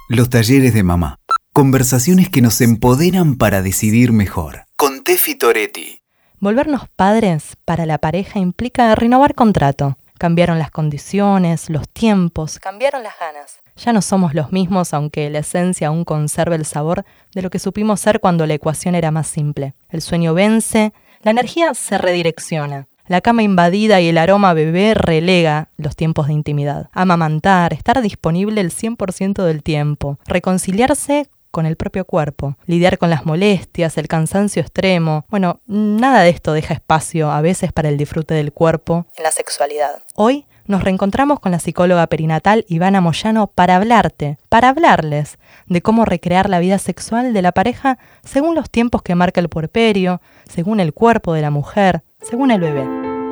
Los talleres de mamá. Conversaciones que nos empoderan para decidir mejor. Con Tefi Toretti. Volvernos padres para la pareja implica renovar contrato. Cambiaron las condiciones, los tiempos, cambiaron las ganas. Ya no somos los mismos, aunque la esencia aún conserve el sabor de lo que supimos ser cuando la ecuación era más simple. El sueño vence, la energía se redirecciona. La cama invadida y el aroma bebé relega los tiempos de intimidad. Amamantar, estar disponible el 100% del tiempo, reconciliarse con el propio cuerpo, lidiar con las molestias, el cansancio extremo. Bueno, nada de esto deja espacio a veces para el disfrute del cuerpo en la sexualidad. Hoy nos reencontramos con la psicóloga perinatal Ivana Moyano para hablarles de cómo recrear la vida sexual de la pareja según los tiempos que marca el puerperio, según el cuerpo de la mujer, según el bebé.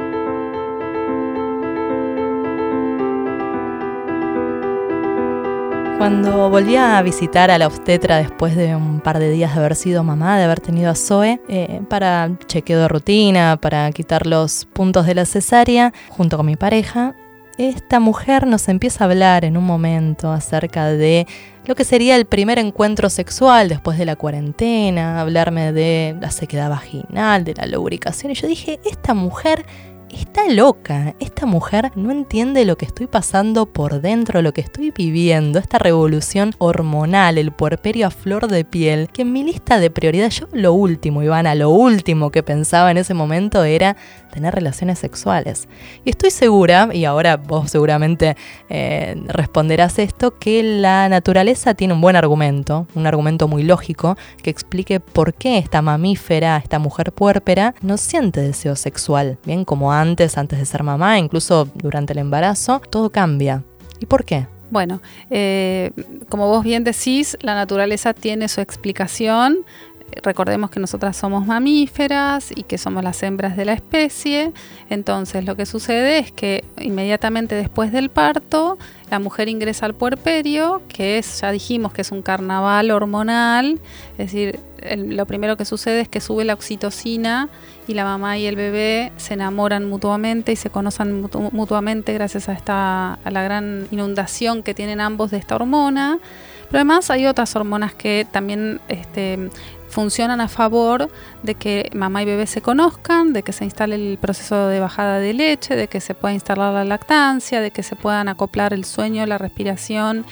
Cuando volví a visitar a la obstetra después de un par de días de haber sido mamá, de haber tenido a Zoe, para chequeo de rutina, para quitar los puntos de la cesárea, junto con mi pareja, esta mujer nos empieza a hablar en un momento acerca de lo que sería el primer encuentro sexual después de la cuarentena, hablarme de la sequedad vaginal, de la lubricación, y yo dije, esta mujer está loca, esta mujer no entiende lo que estoy pasando por dentro, lo que estoy viviendo, esta revolución hormonal, el puerperio a flor de piel, que en mi lista de prioridades, yo lo último, Ivana, lo último que pensaba en ese momento era tener relaciones sexuales. Y estoy segura, y ahora vos seguramente responderás esto, que la naturaleza tiene un buen argumento, un argumento muy lógico, que explique por qué esta mamífera, esta mujer puérpera, no siente deseo sexual. Bien, como antes de ser mamá, incluso durante el embarazo, todo cambia. ¿Y por qué? Bueno, como vos bien decís, la naturaleza tiene su explicación. Recordemos que nosotras somos mamíferas y que somos las hembras de la especie. Entonces lo que sucede es que inmediatamente después del parto la mujer ingresa al puerperio, que es, ya dijimos que es un carnaval hormonal, es decir, lo primero que sucede es que sube la oxitocina y la mamá y el bebé se enamoran mutuamente y se conocen mutuamente gracias a la gran inundación que tienen ambos de esta hormona. Pero además hay otras hormonas que también funcionan a favor de que mamá y bebé se conozcan, de que se instale el proceso de bajada de leche, de que se pueda instalar la lactancia, de que se puedan acoplar el sueño, la respiración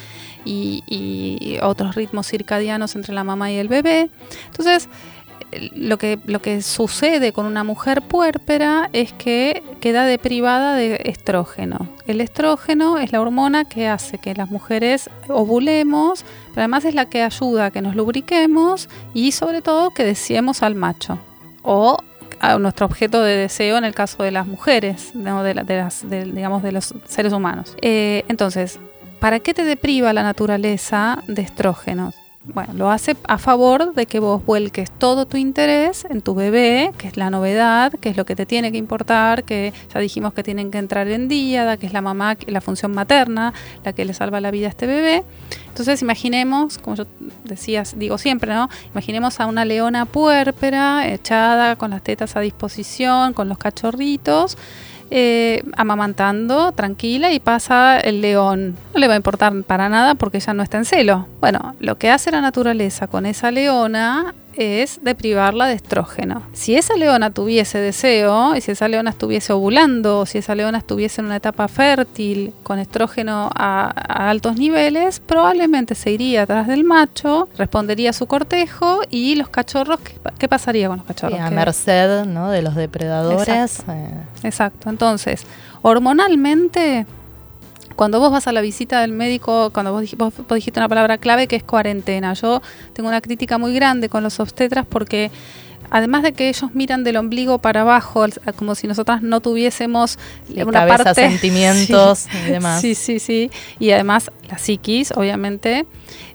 y otros ritmos circadianos entre la mamá y el bebé. Entonces, lo que sucede con una mujer puérpera es que queda deprivada de estrógeno. El estrógeno es la hormona que hace que las mujeres ovulemos, pero además es la que ayuda a que nos lubriquemos y sobre todo que deseemos al macho o a nuestro objeto de deseo en el caso de las mujeres, ¿no? de los seres humanos. Entonces, ¿para qué te depriva la naturaleza de estrógenos? Bueno, lo hace a favor de que vos vuelques todo tu interés en tu bebé, que es la novedad, que es lo que te tiene que importar, que ya dijimos que tienen que entrar en díada, que es la mamá, la función materna, la que le salva la vida a este bebé. Entonces imaginemos, como yo digo siempre, ¿no? Imaginemos a una leona puérpera, echada, con las tetas a disposición, con los cachorritos, amamantando, tranquila, y pasa el león. No le va a importar para nada porque ella no está en celo. Bueno, lo que hace la naturaleza con esa leona es deprivarla de estrógeno. Si esa leona tuviese deseo, y si esa leona estuviese ovulando, o si esa leona estuviese en una etapa fértil con estrógeno a altos niveles, probablemente se iría atrás del macho, respondería a su cortejo, y los cachorros, ¿qué pasaría con los cachorros? A merced, ¿no?, de los depredadores. Exacto. Entonces, hormonalmente, cuando vos vas a la visita del médico, cuando vos dijiste una palabra clave que es cuarentena, yo tengo una crítica muy grande con los obstetras porque además de que ellos miran del ombligo para abajo, como si nosotras no tuviésemos una cabeza, parte, sentimientos sí, y demás. Sí. Y además la psiquis, obviamente.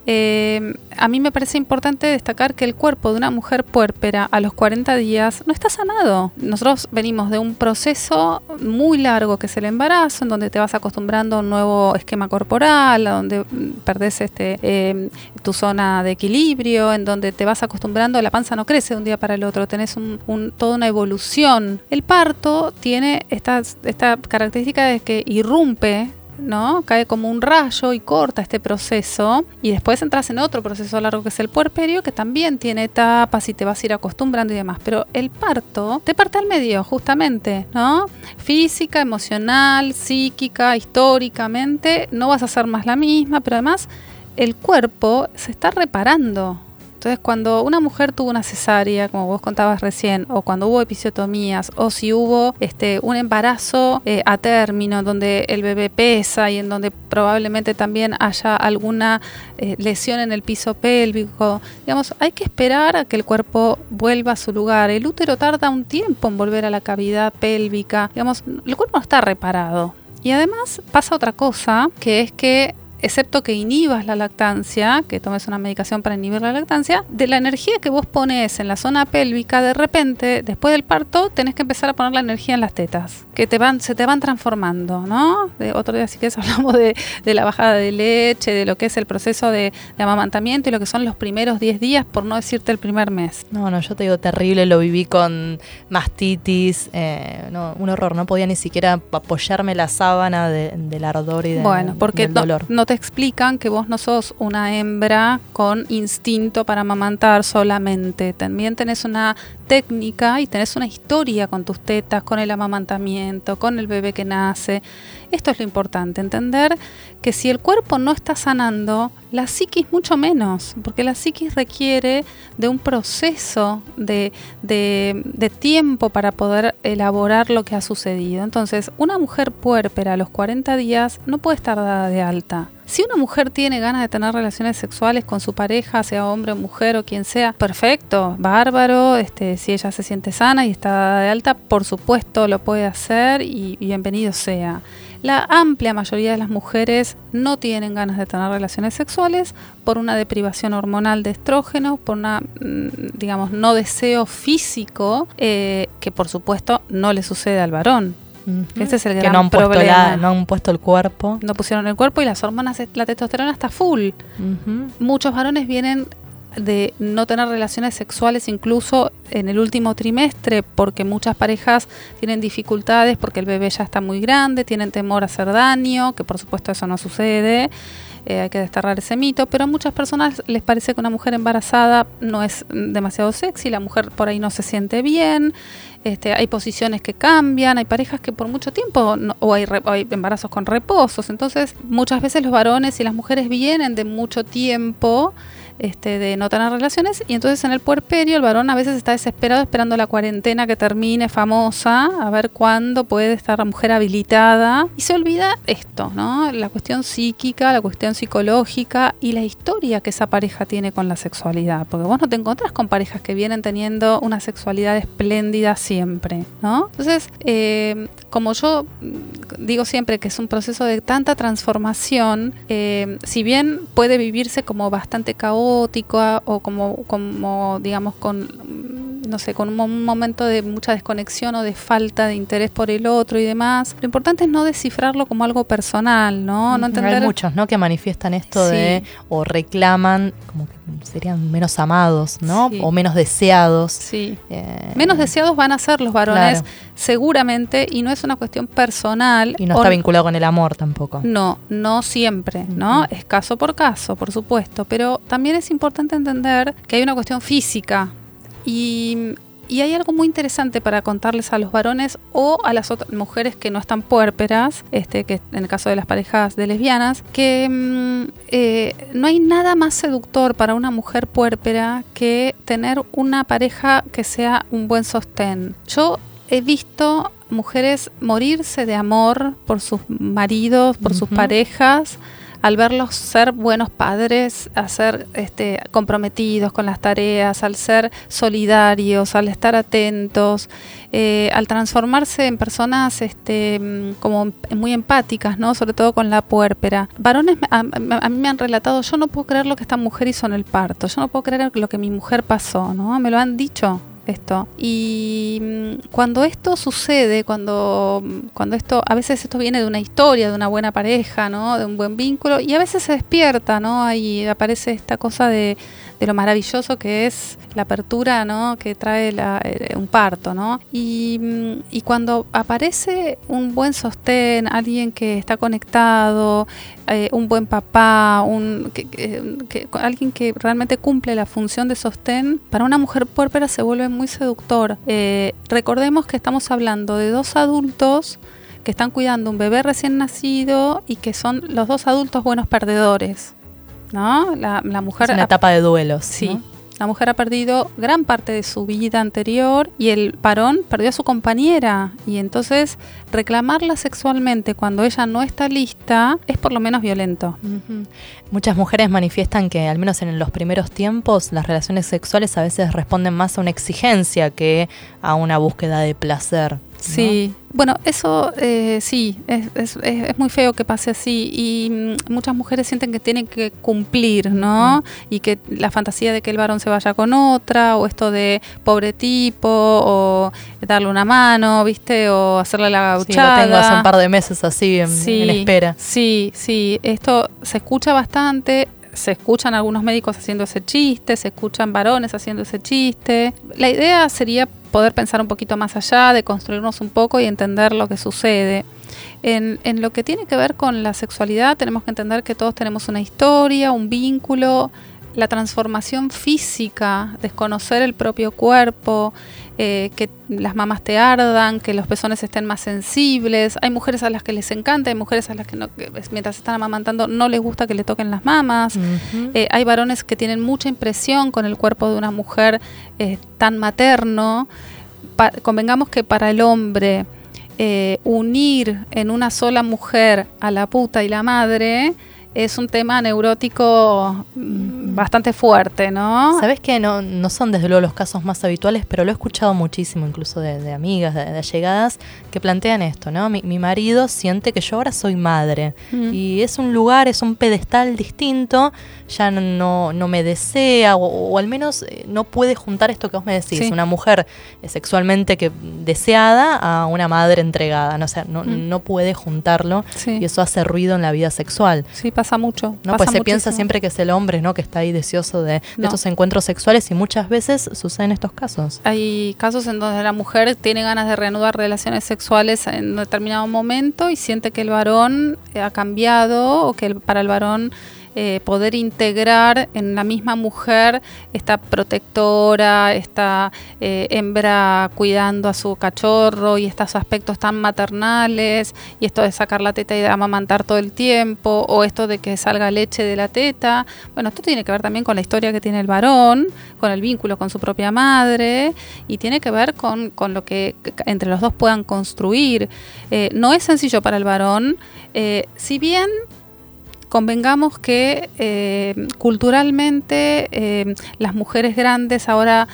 A mí me parece importante destacar que el cuerpo de una mujer puérpera a los 40 días no está sanado. Nosotros venimos de un proceso muy largo que es el embarazo, en donde te vas acostumbrando a un nuevo esquema corporal, a donde perdés tu zona de equilibrio, en donde te vas acostumbrando, la panza no crece de un día para el otro, tenés toda una evolución. El parto tiene esta característica de que irrumpe ¿no? Cae como un rayo y corta este proceso, y después entras en otro proceso largo que es el puerperio, que también tiene etapas y te vas a ir acostumbrando y demás, pero el parto te parte al medio justamente, ¿no? Física, emocional, psíquica, históricamente, no vas a ser más la misma, pero además el cuerpo se está reparando. Entonces, cuando una mujer tuvo una cesárea, como vos contabas recién, o cuando hubo episiotomías, o si hubo un embarazo a término, donde el bebé pesa y en donde probablemente también haya alguna lesión en el piso pélvico, digamos, hay que esperar a que el cuerpo vuelva a su lugar. El útero tarda un tiempo en volver a la cavidad pélvica, digamos, el cuerpo no está reparado. Y además pasa otra cosa, que es que excepto que inhibas la lactancia, que tomes una medicación para inhibir la lactancia, de la energía que vos pones en la zona pélvica, de repente, después del parto, tenés que empezar a poner la energía en las tetas, que se te van transformando, ¿no? Otro día, si querés, hablamos de la bajada de leche, de lo que es el proceso de amamantamiento y lo que son los primeros 10 días, por no decirte el primer mes. No, yo te digo terrible, lo viví con mastitis, un horror, no podía ni siquiera apoyarme la sábana del ardor y del dolor. No te explican que vos no sos una hembra con instinto para amamantar solamente. También tenés una técnica y tenés una historia con tus tetas, con el amamantamiento, con el bebé que nace. Esto es lo importante, entender que si el cuerpo no está sanando, la psiquis mucho menos, porque la psiquis requiere de un proceso de tiempo para poder elaborar lo que ha sucedido. Entonces, una mujer puérpera a los 40 días no puede estar dada de alta. Si una mujer tiene ganas de tener relaciones sexuales con su pareja, sea hombre o mujer o quien sea, perfecto, bárbaro, si ella se siente sana y está dada de alta, por supuesto lo puede hacer y bienvenido sea. La amplia mayoría de las mujeres no tienen ganas de tener relaciones sexuales por una deprivación hormonal de estrógeno, por una, digamos, no deseo físico, que por supuesto no le sucede al varón. Uh-huh. Ese es el gran problema. No han puesto el cuerpo. No pusieron el cuerpo y las hormonas, la testosterona está full. Uh-huh. Muchos varones vienen de no tener relaciones sexuales incluso en el último trimestre porque muchas parejas tienen dificultades porque el bebé ya está muy grande, tienen temor a hacer daño, que por supuesto eso no sucede. Hay que desterrar ese mito, pero a muchas personas les parece que una mujer embarazada no es demasiado sexy, la mujer por ahí no se siente bien, hay posiciones que cambian, hay parejas que por mucho tiempo, hay embarazos con reposos, entonces muchas veces los varones y las mujeres vienen de mucho tiempo de no tener relaciones y entonces en el puerperio el varón a veces está desesperado esperando la cuarentena que termine famosa, a ver cuándo puede estar la mujer habilitada y se olvida esto, ¿no? La cuestión psíquica, la cuestión psicológica y la historia que esa pareja tiene con la sexualidad, porque vos no te encontrás con parejas que vienen teniendo una sexualidad espléndida siempre, ¿no? Entonces, como yo digo siempre que es un proceso de tanta transformación, si bien puede vivirse como bastante caótico o como digamos con un momento de mucha desconexión o de falta de interés por el otro y demás, lo importante es no descifrarlo como algo personal, ¿no? No entender. Hay muchos, ¿no? Que manifiestan esto sí. O reclaman como que serían menos amados, ¿no? Sí. O menos deseados. Sí. Menos deseados van a ser los varones, claro. Seguramente, y no es una cuestión personal. Y no está vinculado con el amor tampoco. No siempre, ¿no? Es caso por caso, por supuesto, pero también es importante entender que hay una cuestión física y hay algo muy interesante para contarles a los varones o a las otras mujeres que no están puérperas, que en el caso de las parejas de lesbianas, que no hay nada más seductor para una mujer puérpera que tener una pareja que sea un buen sostén. Yo he visto mujeres morirse de amor por sus maridos, por sus parejas, al verlos ser buenos padres, a ser comprometidos con las tareas, al ser solidarios, al estar atentos, al transformarse en personas como muy empáticas, ¿no? Sobre todo con la puérpera. Varones a mí me han relatado, yo no puedo creer lo que esta mujer hizo en el parto, yo no puedo creer lo que mi mujer pasó, ¿no? Me lo han dicho. esto. Y cuando esto sucede, cuando esto, a veces esto viene de una historia, de una buena pareja, ¿no? De un buen vínculo, y a veces se despierta, ¿no? Ahí aparece esta cosa de lo maravilloso que es la apertura, ¿no? Que trae un parto, ¿no? Y cuando aparece un buen sostén, alguien que está conectado, un buen papá, alguien que realmente cumple la función de sostén, para una mujer puérpera se vuelve muy seductor. Recordemos que estamos hablando de dos adultos que están cuidando un bebé recién nacido y que son los dos adultos buenos perdedores, ¿no? La mujer es una etapa de duelos. Sí. ¿No? La mujer ha perdido gran parte de su vida anterior y el varón perdió a su compañera. Y entonces reclamarla sexualmente cuando ella no está lista es por lo menos violento. Uh-huh. Muchas mujeres manifiestan que, al menos en los primeros tiempos, las relaciones sexuales a veces responden más a una exigencia que a una búsqueda de placer, ¿no? Sí, bueno, eso sí, es muy feo que pase así y muchas mujeres sienten que tienen que cumplir, ¿no? Y que la fantasía de que el varón se vaya con otra, o esto de pobre tipo, o darle una mano, ¿viste? O hacerle la gauchada. Sí, lo tengo hace un par de meses así en espera. Sí, esto se escucha bastante. Se escuchan algunos médicos haciendo ese chiste, se escuchan varones haciendo ese chiste. La idea sería poder pensar un poquito más allá, de construirnos un poco y entender lo que sucede. En lo que tiene que ver con la sexualidad, tenemos que entender que todos tenemos una historia, un vínculo, la transformación física, desconocer el propio cuerpo, que las mamas te ardan, que los pezones estén más sensibles. Hay mujeres a las que les encanta, hay mujeres a las que, no, que mientras están amamantando no les gusta que le toquen las mamas. Uh-huh. Hay varones que tienen mucha impresión con el cuerpo de una mujer tan materno. Convengamos que para el hombre unir en una sola mujer a la puta y la madre es un tema neurótico bastante fuerte, ¿no? Sabes que no son desde luego los casos más habituales, pero lo he escuchado muchísimo, incluso de amigas, de allegadas, que plantean esto, ¿no? Mi marido siente que yo ahora soy madre y es un lugar, es un pedestal distinto, ya no me desea o al menos no puede juntar esto que vos me decís, sí. Una mujer sexualmente deseada a una madre entregada, ¿no? O sea, no puede juntarlo, sí. Y eso hace ruido en la vida sexual. Sí, pasa mucho. No, pues se piensa siempre que es el hombre, ¿no? Que está ahí deseoso de estos encuentros sexuales y muchas veces suceden estos casos. Hay casos en donde la mujer tiene ganas de reanudar relaciones sexuales en un determinado momento y siente que el varón ha cambiado o que para el varón poder integrar en la misma mujer esta protectora, esta hembra cuidando a su cachorro y estos aspectos tan maternales y esto de sacar la teta y de amamantar todo el tiempo o esto de que salga leche de la teta. Bueno, esto tiene que ver también con la historia que tiene el varón, con el vínculo con su propia madre y tiene que ver con lo que entre los dos puedan construir. No es sencillo para el varón, si bien convengamos que culturalmente las mujeres grandes ahora,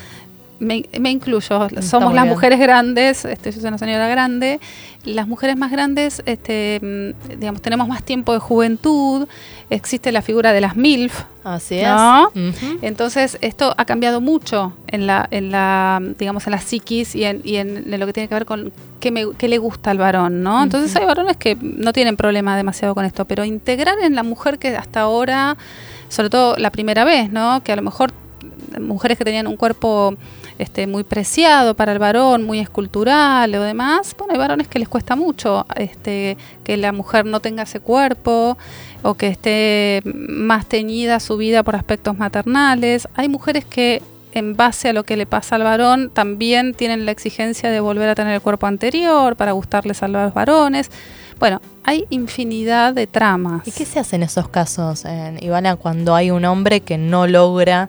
me incluyo, somos las mujeres grandes, yo soy una señora grande, las mujeres más grandes, digamos, tenemos más tiempo de juventud, existe la figura de las MILF. Así es. ¿No? Uh-huh. Entonces, esto ha cambiado mucho en la digamos, en la psiquis y en lo que tiene que ver con qué le gusta al varón, ¿no? Entonces, hay varones que no tienen problema demasiado con esto, pero integrar en la mujer que hasta ahora, sobre todo la primera vez, ¿no? Que a lo mejor mujeres que tenían un cuerpo muy preciado para el varón, muy escultural o demás, bueno, hay varones que les cuesta mucho que la mujer no tenga ese cuerpo o que esté más teñida su vida por aspectos maternales. Hay mujeres que en base a lo que le pasa al varón también tienen la exigencia de volver a tener el cuerpo anterior para gustarles a los varones. Bueno, hay infinidad de tramas. ¿Y qué se hace en esos casos, Ivana, cuando hay un hombre que no logra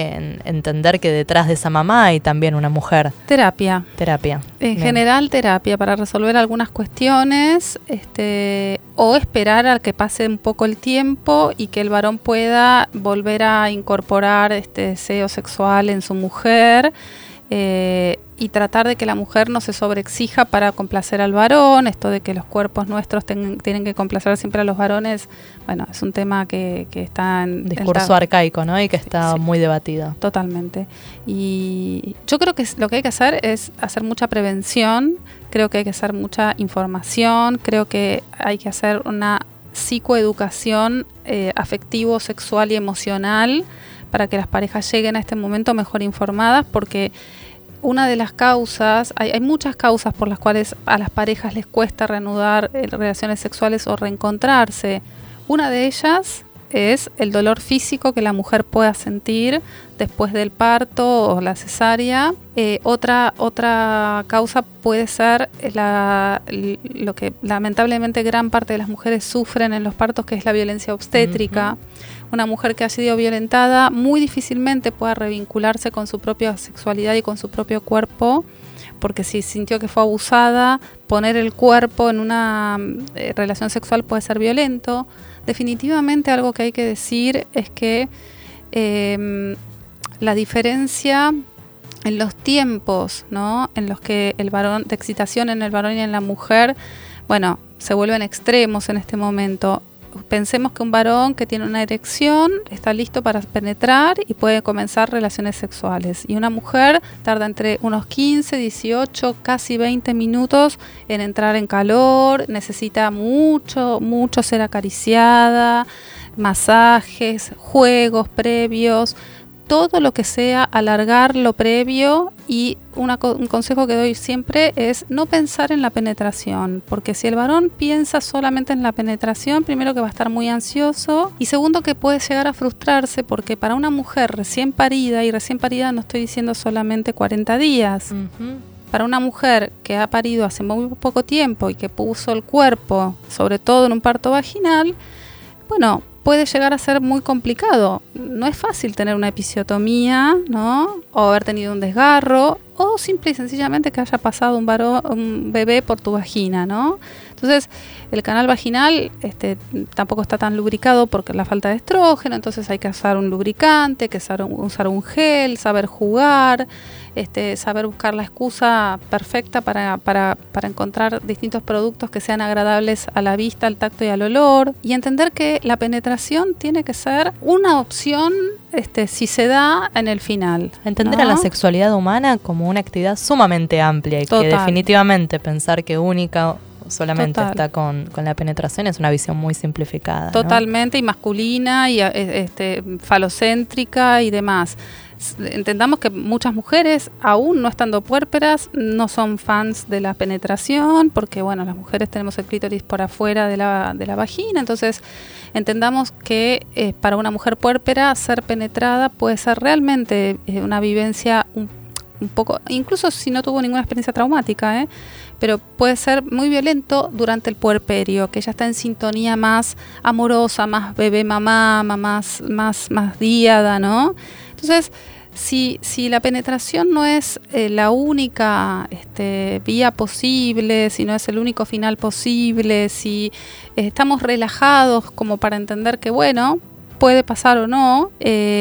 entender que detrás de esa mamá hay también una mujer? Terapia. En Bien. general, terapia para resolver algunas cuestiones, o esperar a que pase un poco el tiempo y que el varón pueda volver a incorporar este deseo sexual en su mujer. y tratar de que la mujer no se sobreexija para complacer al varón. Esto de que los cuerpos nuestros tienen que complacer siempre a los varones, bueno, es un tema que está en discurso arcaico, ¿no? Y que está muy debatido. Totalmente. Y yo creo que lo que hay que hacer es hacer mucha prevención, creo que hay que hacer mucha información, creo que hay que hacer una psicoeducación afectivo, sexual y emocional para que las parejas lleguen a este momento mejor informadas, porque una de las causas, hay muchas causas por las cuales a las parejas les cuesta reanudar relaciones sexuales o reencontrarse. Una de ellas es el dolor físico que la mujer pueda sentir después del parto o la cesárea. Otra causa puede ser lo que lamentablemente gran parte de las mujeres sufren en los partos, que es la violencia obstétrica. Una mujer que ha sido violentada muy difícilmente pueda revincularse con su propia sexualidad y con su propio cuerpo, porque si sintió que fue abusada, poner el cuerpo en una relación sexual puede ser violento. Definitivamente algo que hay que decir es que la diferencia en los tiempos, ¿no?, en los que el varón, de excitación en el varón y en la mujer, bueno, se vuelven extremos en este momento. Pensemos que un varón que tiene una erección está listo para penetrar y puede comenzar relaciones sexuales. Y una mujer tarda entre unos 15, 18, casi 20 minutos en entrar en calor, necesita mucho ser acariciada, masajes, juegos previos, todo lo que sea alargar lo previo. Y un consejo que doy siempre es no pensar en la penetración, porque si el varón piensa solamente en la penetración, primero que va a estar muy ansioso, y segundo que puede llegar a frustrarse, porque para una mujer recién parida, y recién parida no estoy diciendo solamente 40 días, para una mujer que ha parido hace muy poco tiempo y que puso el cuerpo, sobre todo en un parto vaginal, bueno, puede llegar a ser muy complicado. No es fácil tener una episiotomía, ¿no?, o haber tenido un desgarro, o simple y sencillamente que haya pasado un bebé por tu vagina, ¿no? Entonces, el canal vaginal tampoco está tan lubricado porque la falta de estrógeno, entonces hay que usar un lubricante, que usar un gel, saber jugar, saber buscar la excusa perfecta para encontrar distintos productos que sean agradables a la vista, al tacto y al olor, y entender que la penetración tiene que ser una opción si se da en el final. Entender, ¿no?, a la sexualidad humana como una actividad sumamente amplia y Total. que definitivamente pensar que única solamente Total. está con la penetración es una visión muy simplificada, ¿no? Totalmente, y masculina y falocéntrica y demás. Entendamos que muchas mujeres, aún no estando puérperas, no son fans de la penetración, porque bueno, las mujeres tenemos el clítoris por afuera de la vagina, entonces entendamos que para una mujer puérpera ser penetrada puede ser realmente una vivencia un poco, incluso si no tuvo ninguna experiencia traumática, pero puede ser muy violento durante el puerperio, que ella está en sintonía más amorosa, más bebé mamá, más díada, ¿no? Entonces, si la penetración no es la única vía posible, si no es el único final posible, si estamos relajados como para entender que, bueno, puede pasar o no,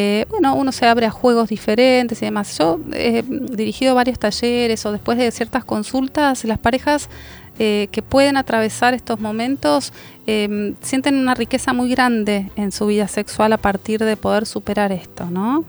uno se abre a juegos diferentes y demás. Yo he dirigido varios talleres o después de ciertas consultas, las parejas que pueden atravesar estos momentos sienten una riqueza muy grande en su vida sexual a partir de poder superar esto, ¿no?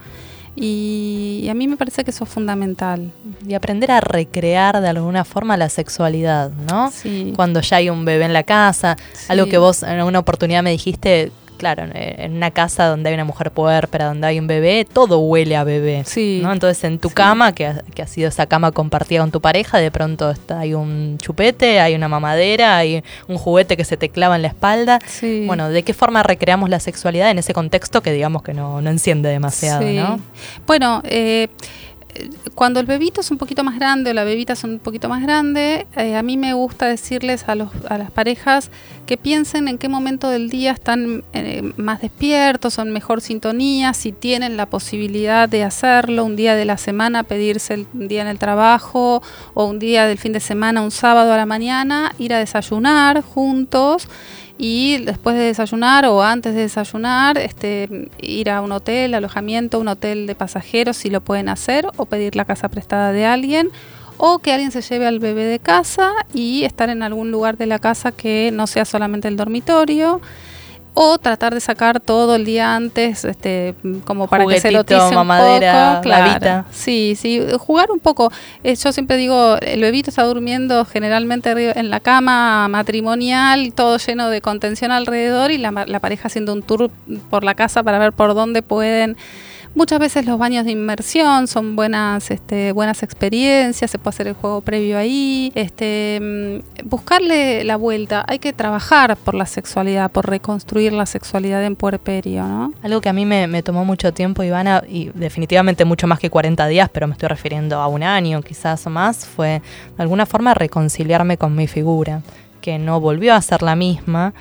Y a mí me parece que eso es fundamental. Y aprender a recrear de alguna forma la sexualidad, ¿no? Sí. Cuando ya hay un bebé en la casa, Sí. algo que vos en una oportunidad me dijiste, claro, en una casa donde hay una mujer puérpera, donde hay un bebé, todo huele a bebé, Sí. ¿no? Entonces en tu Sí. cama, que ha sido esa cama compartida con tu pareja, de pronto hay un chupete, hay una mamadera, hay un juguete que se te clava en la espalda. Sí. Bueno, ¿de qué forma recreamos la sexualidad en ese contexto que digamos que no enciende demasiado, Sí. ¿no? Bueno, cuando el bebito es un poquito más grande o la bebita es un poquito más grande, a mí me gusta decirles a las parejas que piensen en qué momento del día están más despiertos o en mejor sintonía, si tienen la posibilidad de hacerlo, un día de la semana pedirse un día en el trabajo o un día del fin de semana, un sábado a la mañana, ir a desayunar juntos. y después de desayunar o antes de desayunar, ir a un hotel, alojamiento, un hotel de pasajeros si lo pueden hacer, o pedir la casa prestada de alguien, o que alguien se lleve al bebé de casa y estar en algún lugar de la casa que no sea solamente el dormitorio, o tratar de sacar todo el día antes, como para que se lotice un mamadera, poco. Claro. babita. Sí, jugar un poco. Yo siempre digo, el bebito está durmiendo generalmente en la cama matrimonial, todo lleno de contención alrededor, y la pareja haciendo un tour por la casa para ver por dónde pueden. Muchas veces los baños de inmersión son buenas experiencias, se puede hacer el juego previo ahí, buscarle la vuelta. Hay que trabajar por la sexualidad, por reconstruir la sexualidad en puerperio, ¿no? Algo que a mí me tomó mucho tiempo, Ivana, y definitivamente mucho más que 40 días, pero me estoy refiriendo a un año quizás o más, fue de alguna forma reconciliarme con mi figura, que no volvió a ser la misma.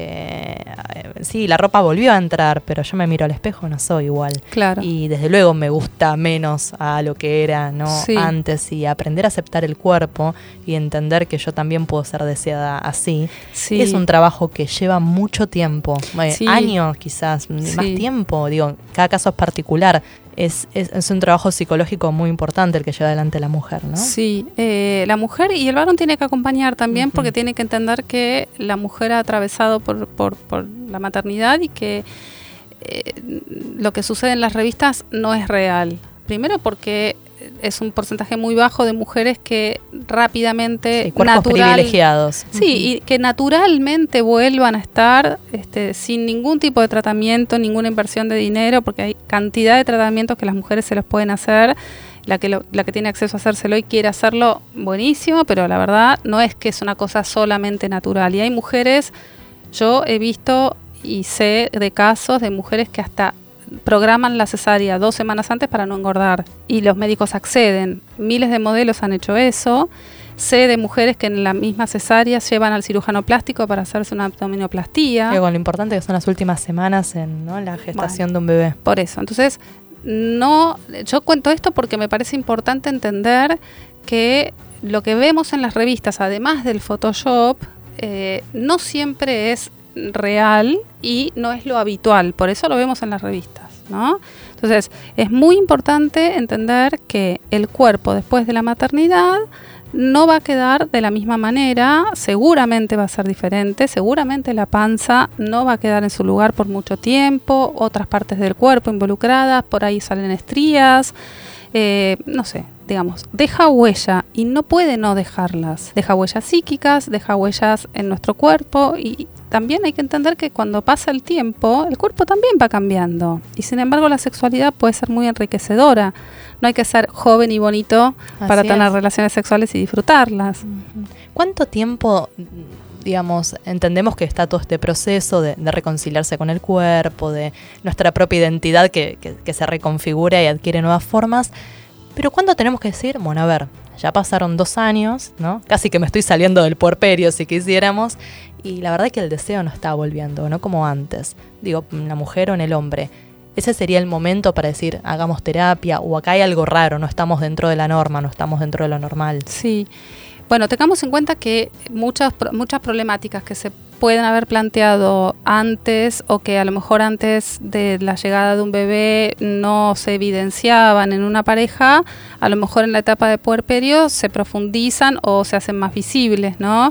Sí, la ropa volvió a entrar, pero yo me miro al espejo, no soy igual. Claro. Y desde luego me gusta menos a lo que era, ¿no? Sí. Antes, y aprender a aceptar el cuerpo y entender que yo también puedo ser deseada así. Sí. Es un trabajo que lleva mucho tiempo, Sí. años quizás, Sí. más tiempo, digo, cada caso es particular. Es un trabajo psicológico muy importante el que lleva adelante la mujer, ¿no? Sí, la mujer y el varón tiene que acompañar también, porque tiene que entender que la mujer ha atravesado por la maternidad y que lo que sucede en las revistas no es real. Primero porque es un porcentaje muy bajo de mujeres que rápidamente, cuerpos privilegiados. Sí, y que naturalmente vuelvan a estar sin ningún tipo de tratamiento, ninguna inversión de dinero, porque hay cantidad de tratamientos que las mujeres se los pueden hacer. La que tiene acceso a hacérselo y quiere hacerlo, buenísimo, pero la verdad no es que es una cosa solamente natural. Y hay mujeres, yo he visto y sé de casos de mujeres que hasta programan la cesárea 2 semanas antes para no engordar, y los médicos acceden. Miles de modelos han hecho eso. Sé de mujeres que en la misma cesárea llevan al cirujano plástico para hacerse una abdominoplastía. Con lo importante que son las últimas semanas en la gestación de un bebé. Por eso, entonces, yo cuento esto porque me parece importante entender que lo que vemos en las revistas, además del Photoshop, no siempre es real y no es lo habitual, por eso lo vemos en las revistas, ¿no? Entonces, es muy importante entender que el cuerpo después de la maternidad no va a quedar de la misma manera, seguramente va a ser diferente, seguramente la panza no va a quedar en su lugar por mucho tiempo, otras partes del cuerpo involucradas, por ahí salen estrías, no sé, digamos, deja huella y no puede no dejarlas. Deja huellas psíquicas, deja huellas en nuestro cuerpo, y también hay que entender que cuando pasa el tiempo, el cuerpo también va cambiando. Y sin embargo, la sexualidad puede ser muy enriquecedora. No hay que ser joven y bonito para tener relaciones sexuales y disfrutarlas. ¿Cuánto tiempo, digamos, entendemos que está todo este proceso de reconciliarse con el cuerpo, de nuestra propia identidad que se reconfigura y adquiere nuevas formas? Pero ¿cuándo tenemos que decir, bueno, a ver, ya pasaron 2 años, ¿no? Casi que me estoy saliendo del puerperio, si quisiéramos, y la verdad es que el deseo no está volviendo, no como antes. Digo, en la mujer o en el hombre. Ese sería el momento para decir, hagamos terapia, o acá hay algo raro, no estamos dentro de la norma, no estamos dentro de lo normal. Sí. Bueno, tengamos en cuenta que muchas problemáticas que se pueden haber planteado antes, o que a lo mejor antes de la llegada de un bebé no se evidenciaban en una pareja, a lo mejor en la etapa de puerperio se profundizan o se hacen más visibles, ¿no?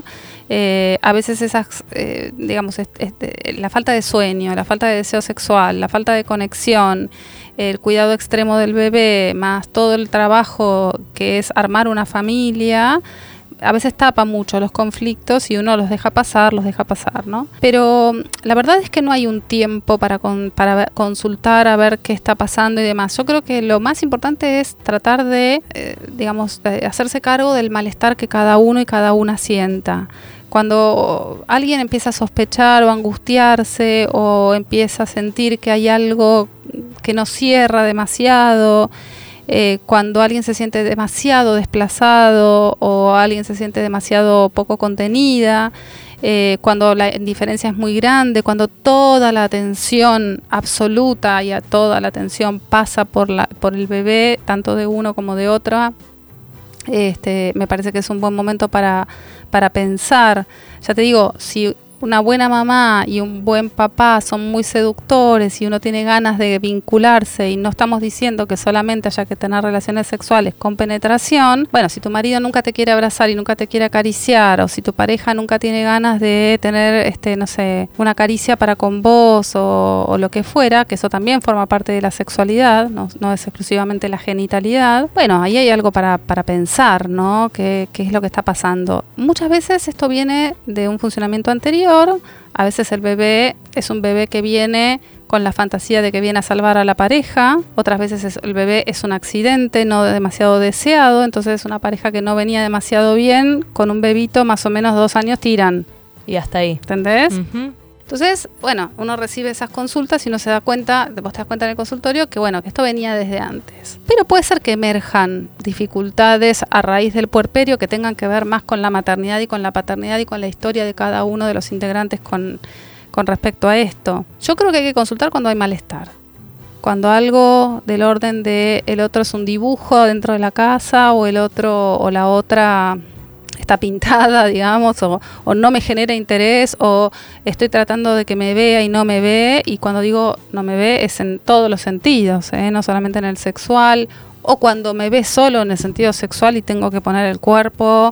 A veces esas, digamos, la falta de sueño, la falta de deseo sexual, la falta de conexión, el cuidado extremo del bebé, más todo el trabajo que es armar una familia, a veces tapa mucho los conflictos y uno los deja pasar, ¿no? Pero la verdad es que no hay un tiempo para consultar a ver qué está pasando y demás. Yo creo que lo más importante es tratar de, digamos, de hacerse cargo del malestar que cada uno y cada una sienta. Cuando alguien empieza a sospechar o a angustiarse, o empieza a sentir que hay algo que no cierra demasiado, cuando alguien se siente demasiado desplazado o alguien se siente demasiado poco contenida, cuando la indiferencia es muy grande, cuando toda la atención absoluta y toda la atención pasa por el bebé, tanto de uno como de otra, me parece que es un buen momento para pensar. Ya te digo, si una buena mamá y un buen papá son muy seductores y uno tiene ganas de vincularse, y no estamos diciendo que solamente haya que tener relaciones sexuales con penetración, bueno, si tu marido nunca te quiere abrazar y nunca te quiere acariciar, o si tu pareja nunca tiene ganas de tener, no sé, una caricia para con vos o lo que fuera, que eso también forma parte de la sexualidad, no es exclusivamente la genitalidad, bueno, ahí hay algo para pensar, ¿no? ¿Qué es lo que está pasando? Muchas veces esto viene de un funcionamiento anterior. A veces el bebé es un bebé que viene con la fantasía de que viene a salvar a la pareja, otras veces el bebé es un accidente no demasiado deseado, entonces es una pareja que no venía demasiado bien, con un bebito más o menos 2 años tiran. Y hasta ahí. ¿Entendés? Uh-huh. Entonces, bueno, uno recibe esas consultas y uno se da cuenta, vos te das cuenta en el consultorio que bueno, que esto venía desde antes. Pero puede ser que emerjan dificultades a raíz del puerperio que tengan que ver más con la maternidad y con la paternidad y con la historia de cada uno de los integrantes con respecto a esto. Yo creo que hay que consultar cuando hay malestar. Cuando algo del orden de el otro es un dibujo dentro de la casa, o el otro o la otra está pintada, digamos, o no me genera interés, o estoy tratando de que me vea y no me ve, y cuando digo no me ve es en todos los sentidos, no solamente en el sexual, o cuando me ve solo en el sentido sexual y tengo que poner el cuerpo,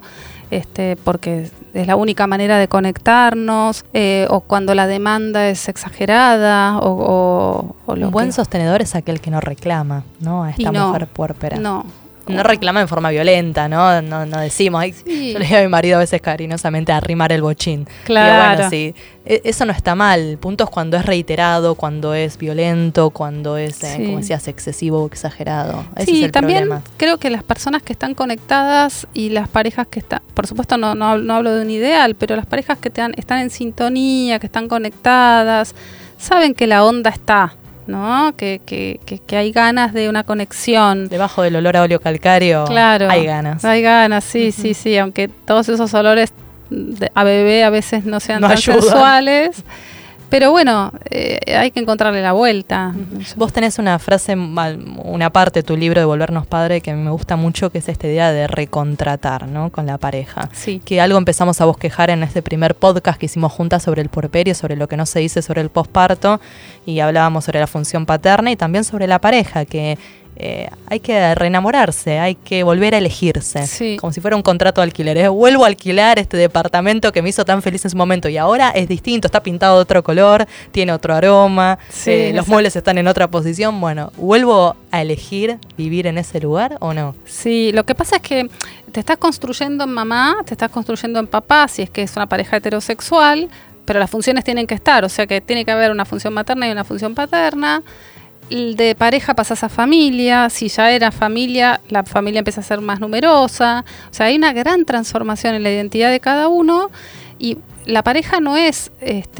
porque es la única manera de conectarnos, o cuando la demanda es exagerada, o lo Un buen sostenedor es aquel que no reclama, ¿no? A esta mujer puérpera. No reclama en forma violenta, ¿no? No decimos, ay, sí. Yo le digo a mi marido a veces cariñosamente arrimar el bochín. Claro. Digo, bueno, sí, eso no está mal. El punto es cuando es reiterado, cuando es violento, cuando es, como decías, excesivo o exagerado. Ese es el también problema. Creo que las personas que están conectadas y las parejas que están, por supuesto no hablo de un ideal, pero las parejas que están en sintonía, que están conectadas, saben que la onda está, ¿no? Que hay ganas de una conexión. Debajo del olor a óleo calcáreo, claro, hay ganas. Hay ganas, sí, uh-huh. sí, aunque todos esos olores a bebé a veces no sean tan sensuales. Pero bueno, hay que encontrarle la vuelta. Vos tenés una frase, una parte de tu libro de Volvernos Padre que a mí me gusta mucho, que es esta idea de recontratar, ¿no? Con la pareja. Sí. Que algo empezamos a bosquejar en este primer podcast que hicimos juntas sobre el puerperio, sobre lo que no se dice sobre el posparto, y hablábamos sobre la función paterna y también sobre la pareja, que hay que reenamorarse, hay que volver a elegirse, sí. Como si fuera un contrato de alquiler. Vuelvo a alquilar este departamento que me hizo tan feliz en su momento y ahora es distinto, está pintado de otro color, tiene otro aroma, los muebles están en otra posición. Bueno, ¿vuelvo a elegir vivir en ese lugar o no? Sí, lo que pasa es que te estás construyendo en mamá, te estás construyendo en papá, si es que es una pareja heterosexual, pero las funciones tienen que estar, o sea que tiene que haber una función materna y una función paterna. De pareja pasas a familia, si ya era familia, la familia empieza a ser más numerosa, o sea, hay una gran transformación en la identidad de cada uno, y la pareja no es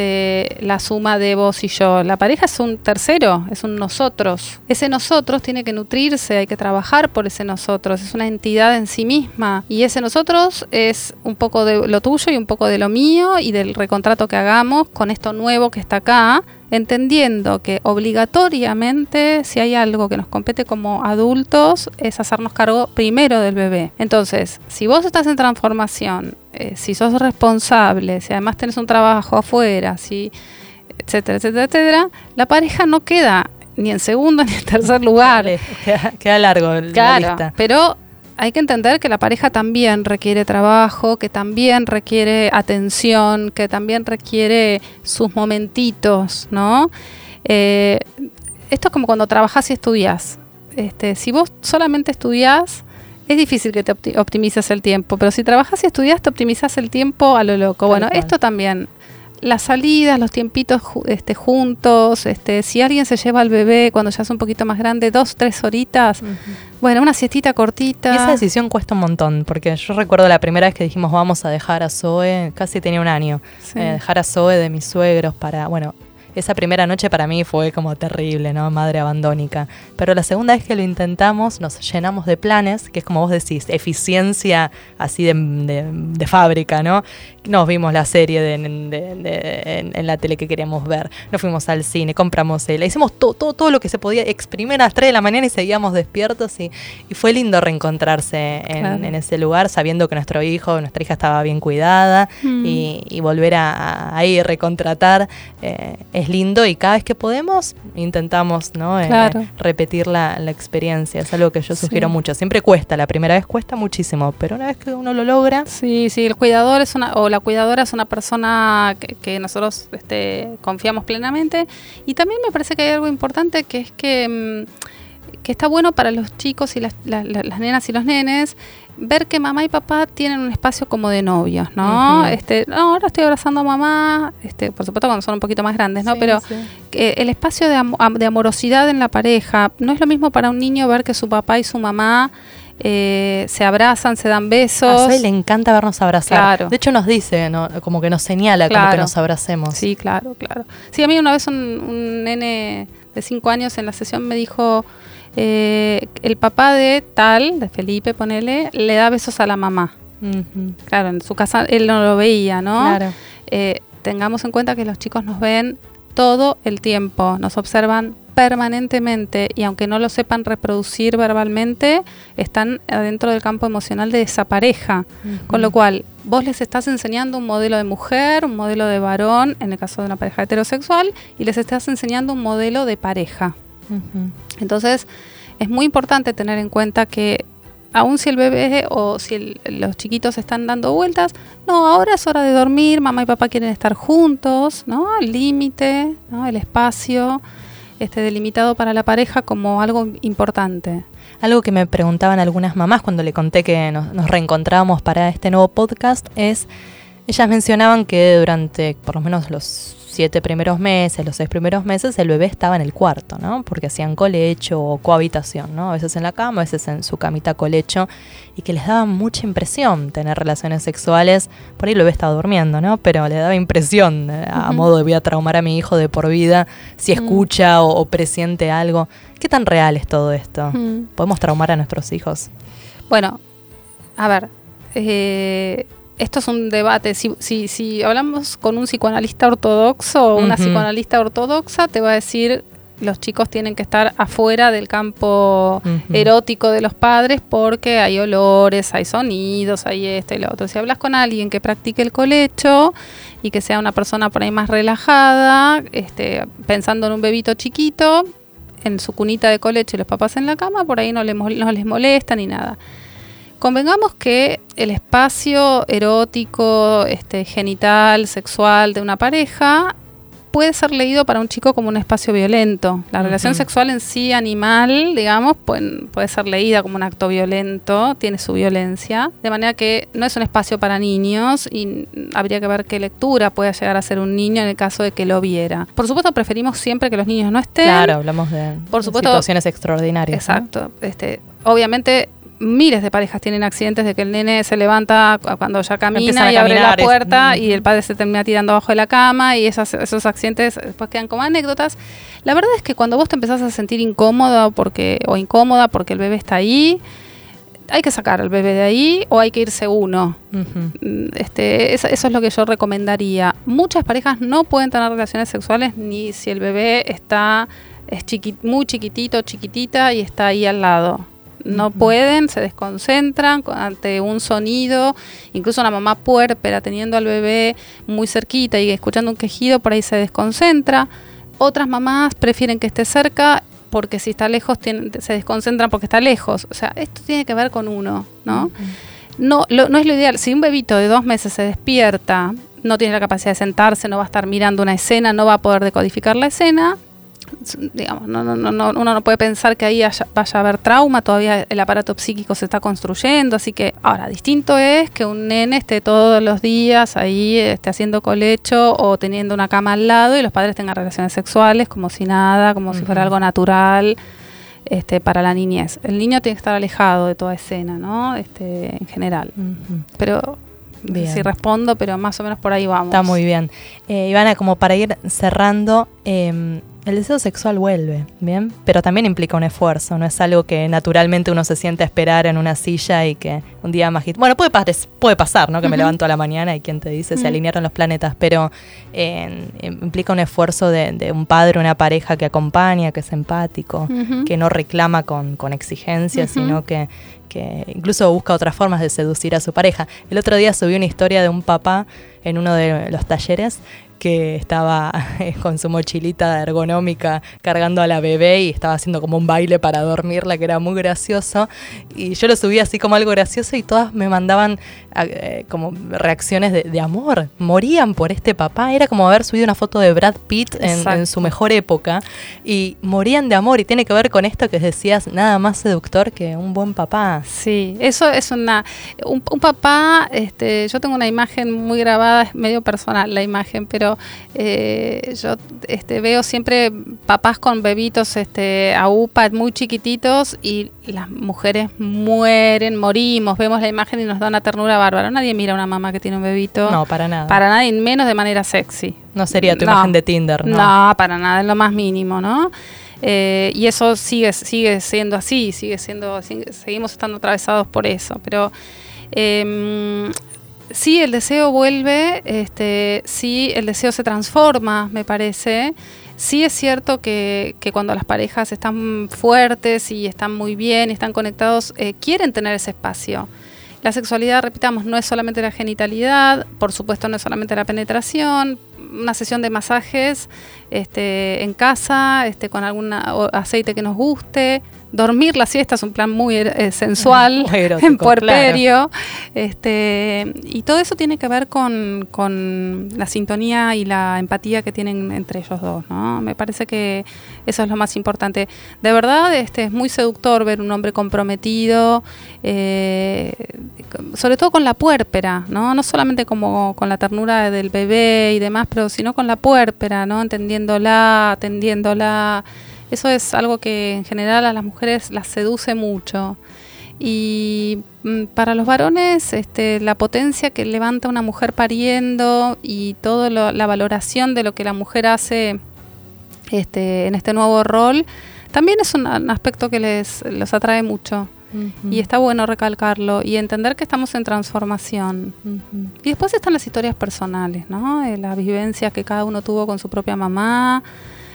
la suma de vos y yo, la pareja es un tercero, es un nosotros. Ese nosotros tiene que nutrirse, hay que trabajar por ese nosotros, es una entidad en sí misma, y ese nosotros es un poco de lo tuyo y un poco de lo mío, y del recontrato que hagamos con esto nuevo que está acá, entendiendo que obligatoriamente, si hay algo que nos compete como adultos, es hacernos cargo primero del bebé. Entonces, si vos estás en transformación, si sos responsable, si además tenés un trabajo afuera, si, etcétera, etcétera, etcétera, la pareja no queda ni en segundo ni en tercer lugar. Queda largo la lista. Pero hay que entender que la pareja también requiere trabajo, que también requiere atención, que también requiere sus momentitos, ¿no? Esto es como cuando trabajás y estudiás. Si vos solamente estudiás, es difícil que te optimices el tiempo, pero si trabajás y estudiás, te optimizás el tiempo a lo loco. Bueno, esto también. Las salidas, los tiempitos juntos, si alguien se lleva al bebé cuando ya es un poquito más grande, 2-3 horitas, bueno, una siestita cortita. Y esa decisión cuesta un montón, porque yo recuerdo la primera vez que dijimos vamos a dejar a Zoe, casi tenía un año, dejar a Zoe de mis suegros para, bueno, esa primera noche para mí fue como terrible, ¿no? Madre abandónica. Pero la segunda vez que lo intentamos, nos llenamos de planes, que es como vos decís, eficiencia así de fábrica, ¿no? Nos vimos la serie en la tele que queríamos ver, nos fuimos al cine, compramos hicimos todo lo que se podía, exprimir a las 3 de la mañana y seguíamos despiertos y fue lindo reencontrarse en ese lugar, sabiendo que nuestra hija estaba bien cuidada y volver a ir, recontratar, es lindo, y cada vez que podemos intentamos, ¿no? Repetir la experiencia. Es algo que yo sugiero mucho. Siempre cuesta, la primera vez cuesta muchísimo, pero una vez que uno lo logra... Sí, el cuidador la cuidadora es una persona que nosotros confiamos plenamente, y también me parece que hay algo importante, que es que está bueno para los chicos y las nenas y los nenes ver que mamá y papá tienen un espacio como de novios, ¿no? No, ahora estoy abrazando a mamá, por supuesto cuando son un poquito más grandes, ¿no? Pero el espacio de amorosidad en la pareja, no es lo mismo para un niño ver que su papá y su mamá se abrazan, se dan besos. A Zoe le encanta vernos abrazar. Claro. De hecho nos dice, ¿no? Como que nos señala, como que nos abracemos. Sí, claro. Sí, a mí una vez un nene de 5 años en la sesión me dijo, el papá de Felipe, ponele, le da besos a la mamá. Claro, en su casa él no lo veía, ¿no? Claro. Tengamos en cuenta que los chicos nos ven todo el tiempo, nos observan permanentemente, y aunque no lo sepan reproducir verbalmente, están adentro del campo emocional de esa pareja. Con lo cual, vos les estás enseñando un modelo de mujer, un modelo de varón, en el caso de una pareja heterosexual, y les estás enseñando un modelo de pareja. Entonces, es muy importante tener en cuenta que aun si el bebé o si los chiquitos están dando vueltas, no, ahora es hora de dormir, mamá y papá quieren estar juntos, ¿no? El límite, ¿no? El espacio delimitado para la pareja como algo importante. Algo que me preguntaban algunas mamás cuando le conté que nos reencontrábamos para este nuevo podcast es, ellas mencionaban que durante por lo menos los 7 primeros meses, los 6 primeros meses, el bebé estaba en el cuarto, ¿no? Porque hacían colecho o cohabitación, ¿no? A veces en la cama, a veces en su camita colecho, y que les daba mucha impresión tener relaciones sexuales. Por ahí el bebé estaba durmiendo, ¿no? Pero le daba impresión, a modo de voy a traumar a mi hijo de por vida si escucha o presiente algo. ¿Qué tan real es todo esto? ¿Podemos traumar a nuestros hijos? Bueno, a ver, esto es un debate. Si hablamos con un psicoanalista ortodoxo o una psicoanalista ortodoxa, te va a decir los chicos tienen que estar afuera del campo erótico de los padres porque hay olores, hay sonidos, hay esto y lo otro. Si hablas con alguien que practique el colecho y que sea una persona por ahí más relajada, pensando en un bebito chiquito, en su cunita de colecho y los papás en la cama, por ahí no les molesta ni nada. Convengamos que el espacio erótico, genital, sexual de una pareja puede ser leído para un chico como un espacio violento. La relación sexual en sí, animal, digamos, puede ser leída como un acto violento, tiene su violencia, de manera que no es un espacio para niños y habría que ver qué lectura puede llegar a ser un niño en el caso de que lo viera. Por supuesto, preferimos siempre que los niños no estén. Claro, hablamos de situaciones extraordinarias. Exacto. ¿No? Obviamente, miles de parejas tienen accidentes de que el nene se levanta cuando ya camina y abre la puerta y el padre se termina tirando abajo de la cama, y esos accidentes después quedan como anécdotas. La verdad es que cuando vos te empezás a sentir incómoda o incómoda porque el bebé está ahí, hay que sacar al bebé de ahí o hay que irse uno. Eso es lo que yo recomendaría. Muchas parejas no pueden tener relaciones sexuales ni si el bebé es muy chiquitito, chiquitita y está ahí al lado. No pueden, se desconcentran ante un sonido. Incluso una mamá puérpera teniendo al bebé muy cerquita y escuchando un quejido, por ahí se desconcentra. Otras mamás prefieren que esté cerca porque si está lejos se desconcentran porque está lejos. O sea, esto tiene que ver con uno, ¿no? No es lo ideal. Si un bebito de 2 meses se despierta, no tiene la capacidad de sentarse, no va a estar mirando una escena, no va a poder decodificar la escena, digamos, uno no puede pensar que ahí vaya a haber trauma, todavía el aparato psíquico se está construyendo, así que ahora, distinto es que un nene esté todos los días ahí haciendo colecho o teniendo una cama al lado y los padres tengan relaciones sexuales como si nada, como si fuera algo natural para la niñez. El niño tiene que estar alejado de toda escena, ¿no? En general. Pero si respondo, pero más o menos por ahí vamos. Está muy bien. Ivana, como para ir cerrando, el deseo sexual vuelve, ¿bien? Pero también implica un esfuerzo, no es algo que naturalmente uno se siente a esperar en una silla y que un día mágico... Bueno, puede pasar, ¿no? Que me levanto a la mañana y quien te dice se alinearon los planetas, pero implica un esfuerzo de un padre, una pareja que acompaña, que es empático, que no reclama con exigencias, sino que incluso busca otras formas de seducir a su pareja. El otro día subí una historia de un papá en uno de los talleres que estaba con su mochilita ergonómica cargando a la bebé y estaba haciendo como un baile para dormirla, que era muy gracioso. Y yo lo subí así como algo gracioso y todas me mandaban como reacciones de amor. Morían por este papá. Era como haber subido una foto de Brad Pitt en su mejor época. Y morían de amor. Y tiene que ver con esto que decías, nada más seductor que un buen papá. Sí, eso es un papá, yo tengo una imagen muy grabada, es medio personal la imagen, pero yo veo siempre papás con bebitos a UPA muy chiquititos y las mujeres morimos, vemos la imagen y nos da una ternura bárbara. Nadie mira a una mamá que tiene un bebito. No, para nada. Para nada, y menos de manera sexy. No sería tu imagen de Tinder, ¿no? No, para nada, en lo más mínimo, ¿no? Y eso sigue siendo así, seguimos estando atravesados por eso, pero sí, el deseo vuelve, sí, el deseo se transforma, me parece. Sí es cierto que cuando las parejas están fuertes y están muy bien y están conectados, quieren tener ese espacio. La sexualidad, repitamos, no es solamente la genitalidad, por supuesto no es solamente la penetración, una sesión de masajes en casa, con algún aceite que nos guste. Dormir la siesta es un plan muy sensual, muy erótico, en puerperio. Claro. Y todo eso tiene que ver con la sintonía y la empatía que tienen entre ellos dos, ¿no? Me parece que eso es lo más importante. De verdad, es muy seductor ver un hombre comprometido, sobre todo con la puérpera, ¿no? No solamente como con la ternura del bebé y demás, pero sino con la puérpera, ¿no? Entendiéndola, atendiéndola. Eso es algo que en general a las mujeres las seduce mucho. Y para los varones, la potencia que levanta una mujer pariendo y toda la valoración de lo que la mujer hace en este nuevo rol, también es un aspecto que los atrae mucho. Y está bueno recalcarlo y entender que estamos en transformación. Y después están las historias personales, ¿no? Las vivencias que cada uno tuvo con su propia mamá,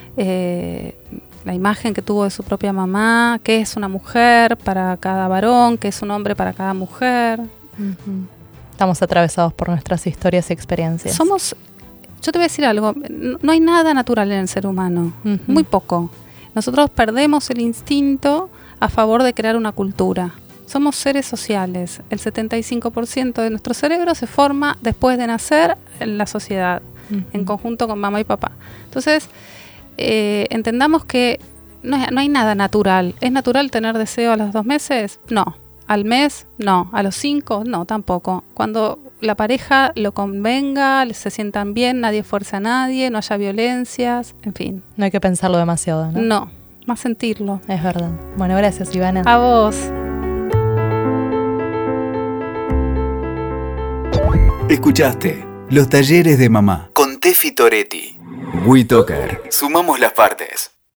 la imagen que tuvo de su propia mamá, qué es una mujer para cada varón, qué es un hombre para cada mujer. Estamos atravesados por nuestras historias y experiencias. Yo te voy a decir algo, no hay nada natural en el ser humano, muy poco. Nosotros perdemos el instinto a favor de crear una cultura. Somos seres sociales, el 75% de nuestro cerebro se forma después de nacer en la sociedad, en conjunto con mamá y papá. Entonces, entendamos que no hay nada natural. ¿Es natural tener deseo a los 2 meses? No. ¿Al mes? No. ¿A los 5? No, tampoco. Cuando la pareja lo convenga, se sientan bien, nadie fuerza a nadie, no haya violencias, en fin. No hay que pensarlo demasiado, ¿no? No, más sentirlo. Es verdad. Bueno, gracias, Ivana. A vos. Escuchaste Los Talleres de Mamá con Tefi Toretti. WeToker. Sumamos las partes.